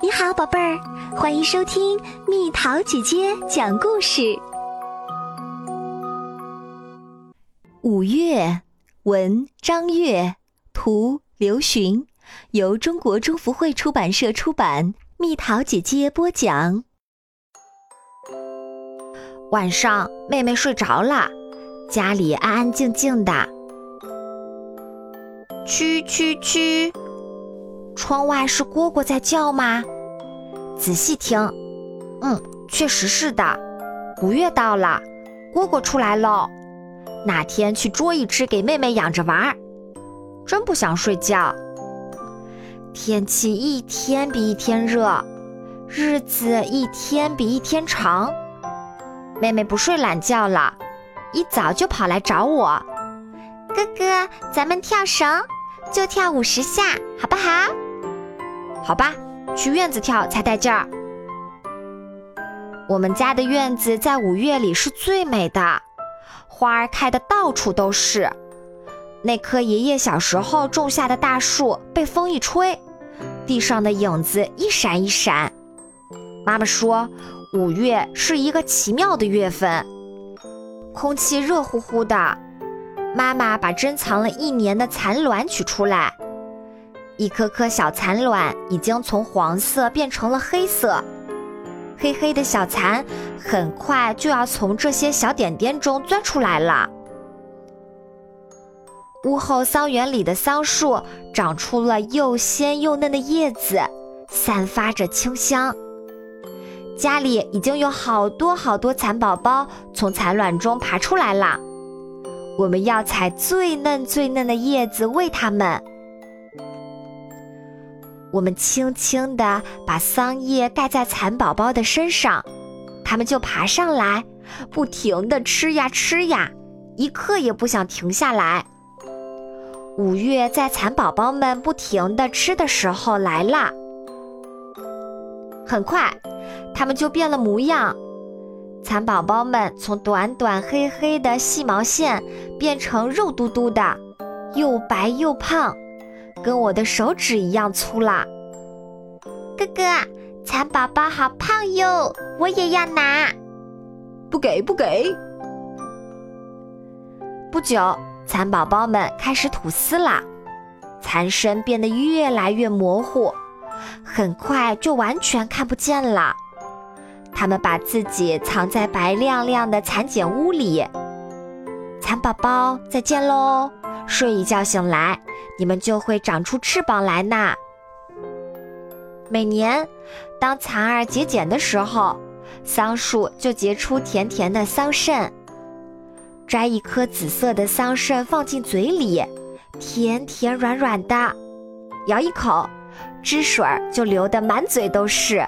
你好，宝贝儿，欢迎收听蜜桃姐姐讲故事。五月，文张悦，图刘询，由中国中福会出版社出版，蜜桃姐姐播讲。 晚上，妹妹睡着了，家里安安静静的。蛐蛐蛐，窗外是蝈蝈在叫吗？仔细听，确实是的。5月到了，蝈蝈出来喽。哪天去捉一只给妹妹养着玩，真不想睡觉。天气一天比一天热，日子一天比一天长。妹妹不睡懒觉了，一早就跑来找我。哥哥，咱们跳绳，就跳50下，好不好？好吧，去院子跳才带劲儿。我们家的院子在5月里是最美的，花儿开得到处都是。那棵爷爷小时候种下的大树被风一吹，地上的影子一闪一闪。妈妈说5月是一个奇妙的月份，空气热乎乎的。妈妈把珍藏了1年的蚕卵取出来，一颗颗小蚕卵已经从黄色变成了黑色，黑黑的小蚕很快就要从这些小点点中钻出来了。屋后桑园里的桑树长出了又鲜又嫩的叶子，散发着清香。家里已经有好多好多蚕宝宝从蚕卵中爬出来了，我们要采最嫩最嫩的叶子喂它们。我们轻轻地把桑叶盖在蚕宝宝的身上，它们就爬上来，不停地吃呀吃呀，一刻也不想停下来。5月在蚕宝宝们不停地吃的时候来了，很快它们就变了模样。蚕宝宝们从短短黑黑的细毛线变成肉嘟嘟的，又白又胖，跟我的手指一样粗啦。哥哥，蚕宝宝好胖哟，我也要拿。不给不给。不久，蚕宝宝们开始吐丝啦，蚕身变得越来越模糊，很快就完全看不见了。他们把自己藏在白亮亮的蚕茧屋里。蚕宝宝再见喽，睡一觉醒来，你们就会长出翅膀来呢。每年当蚕儿结茧的时候，桑树就结出甜甜的桑葚。摘一颗紫色的桑葚放进嘴里，甜甜软软的，咬一口，汁水就流得满嘴都是。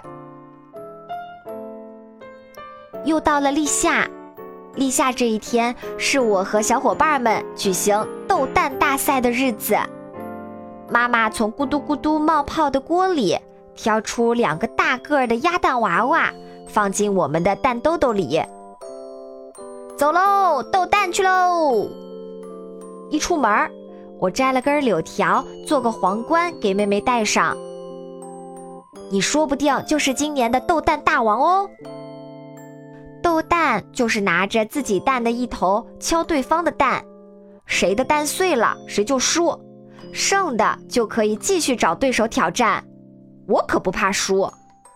又到了立夏，立夏这一天是我和小伙伴们举行斗蛋大赛的日子。妈妈从咕嘟咕嘟冒泡的锅里挑出2个大个的鸭蛋娃娃，放进我们的蛋兜兜里。走喽，斗蛋去喽！一出门，我摘了根柳条做个皇冠给妹妹戴上。你说不定就是今年的斗蛋大王哦。斗蛋就是拿着自己蛋的一头敲对方的蛋，谁的蛋碎了谁就输，剩的就可以继续找对手挑战。我可不怕输。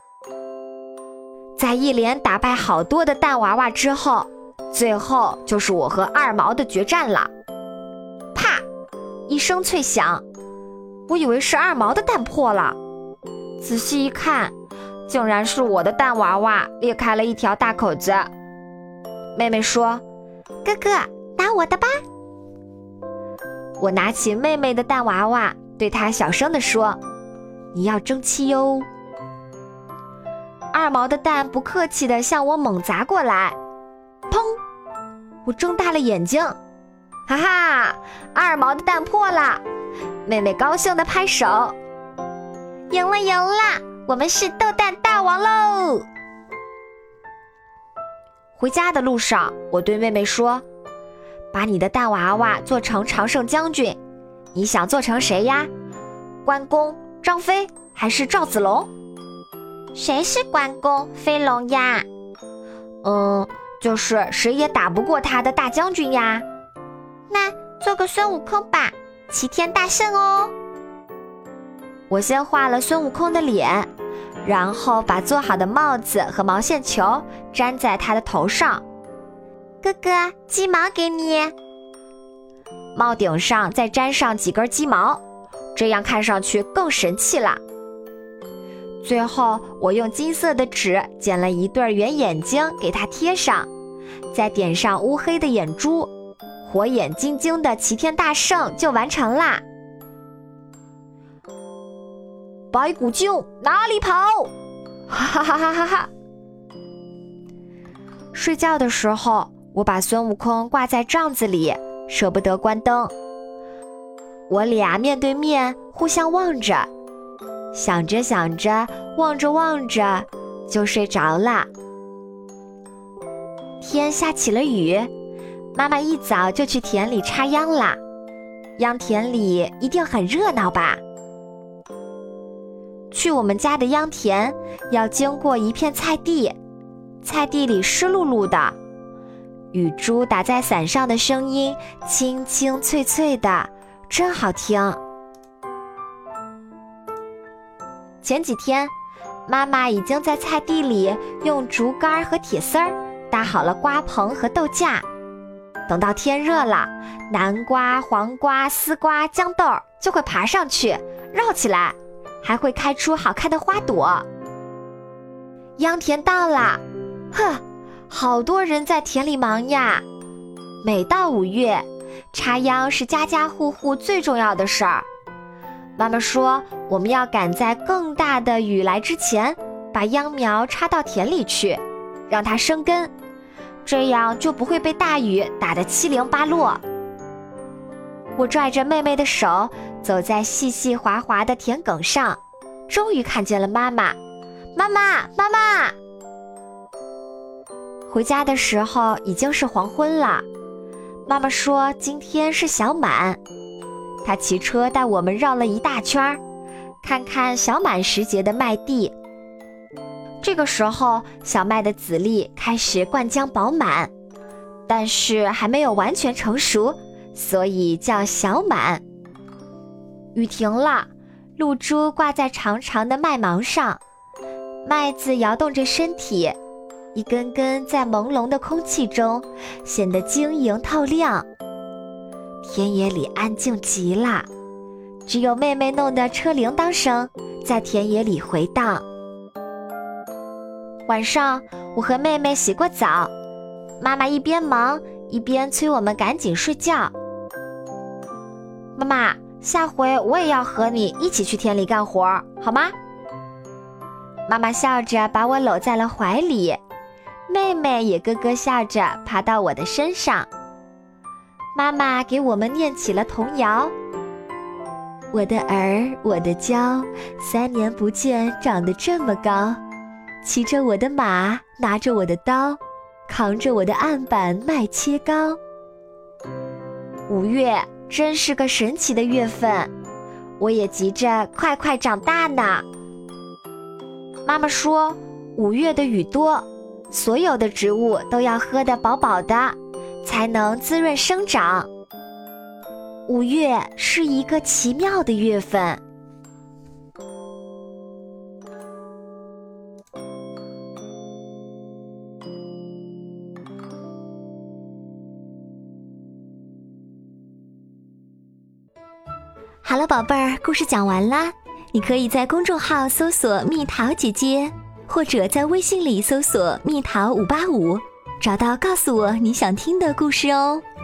在一连打败好多的蛋娃娃之后，最后就是我和2毛的决战了。啪！一声脆响，我以为是2毛的蛋破了，仔细一看，竟然是我的蛋娃娃裂开了一条大口子。妹妹说：哥哥，拿我的吧。我拿起妹妹的蛋娃娃，对她小声地说：你要争气哟。2毛的蛋不客气地向我猛砸过来，砰！我睁大了眼睛，哈哈，2毛的蛋破了。妹妹高兴地拍手：赢了赢了，我们是斗蛋大王喽！回家的路上，我对妹妹说：把你的蛋娃娃做成常胜将军，你想做成谁呀？关公、张飞还是赵子龙？ 谁是关公、飞龙呀？就是谁也打不过他的大将军呀。那做个孙悟空吧，齐天大圣哦。我先画了孙悟空的脸，然后把做好的帽子和毛线球粘在他的头上。哥哥，鸡毛给你。帽顶上再粘上几根鸡毛，这样看上去更神气了。最后我用金色的纸剪了一对圆眼睛给它贴上，再点上乌黑的眼珠，火眼金睛的齐天大圣就完成啦。白骨精哪里跑？哈哈哈哈哈哈！睡觉的时候，我把孙悟空挂在帐子里，舍不得关灯。我俩面对面互相望着，想着想着，望着望着，就睡着了。天下起了雨，妈妈一早就去田里插秧啦。秧田里一定很热闹吧？去我们家的秧田要经过一片菜地，菜地里湿漉漉的，雨珠打在伞上的声音清清脆脆的，真好听。前几天，妈妈已经在菜地里用竹竿和铁丝儿搭好了瓜棚和豆架。等到天热了，南瓜、黄瓜、丝瓜、豇豆就会爬上去，绕起来，还会开出好看的花朵。秧田到了，好多人在田里忙呀。每到5月，插秧是家家户户最重要的事儿。妈妈说，我们要赶在更大的雨来之前，把秧苗插到田里去，让它生根，这样就不会被大雨打得七零八落。我拽着妹妹的手，走在细细滑滑的田埂上，终于看见了妈妈。妈妈，妈妈！回家的时候已经是黄昏了。妈妈说今天是小满，她骑车带我们绕了一大圈，看看小满时节的麦地。这个时候，小麦的籽粒开始灌浆饱满，但是还没有完全成熟，所以叫小满。雨停了，露珠挂在长长的麦芒上，麦子摇动着身体，一根根在朦胧的空气中显得晶莹透亮。田野里安静极了，只有妹妹弄的车铃铛声在田野里回荡。晚上，我和妹妹洗过澡，妈妈一边忙一边催我们赶紧睡觉。妈妈，下回我也要和你一起去田里干活，好吗？妈妈笑着把我搂在了怀里，妹妹也咯咯笑着爬到我的身上。妈妈给我们念起了童谣：我的儿，我的娇，3年不见长得这么高，骑着我的马，拿着我的刀，扛着我的案板卖切糕。5月真是个神奇的月份，我也急着快快长大呢。妈妈说5月的雨多，所有的植物都要喝得饱饱的，才能滋润生长。5月是一个奇妙的月份。 好了，宝贝儿，故事讲完啦。你可以在公众号搜索蜜桃姐姐，或者在微信里搜索蜜桃585，找到告诉我你想听的故事哦。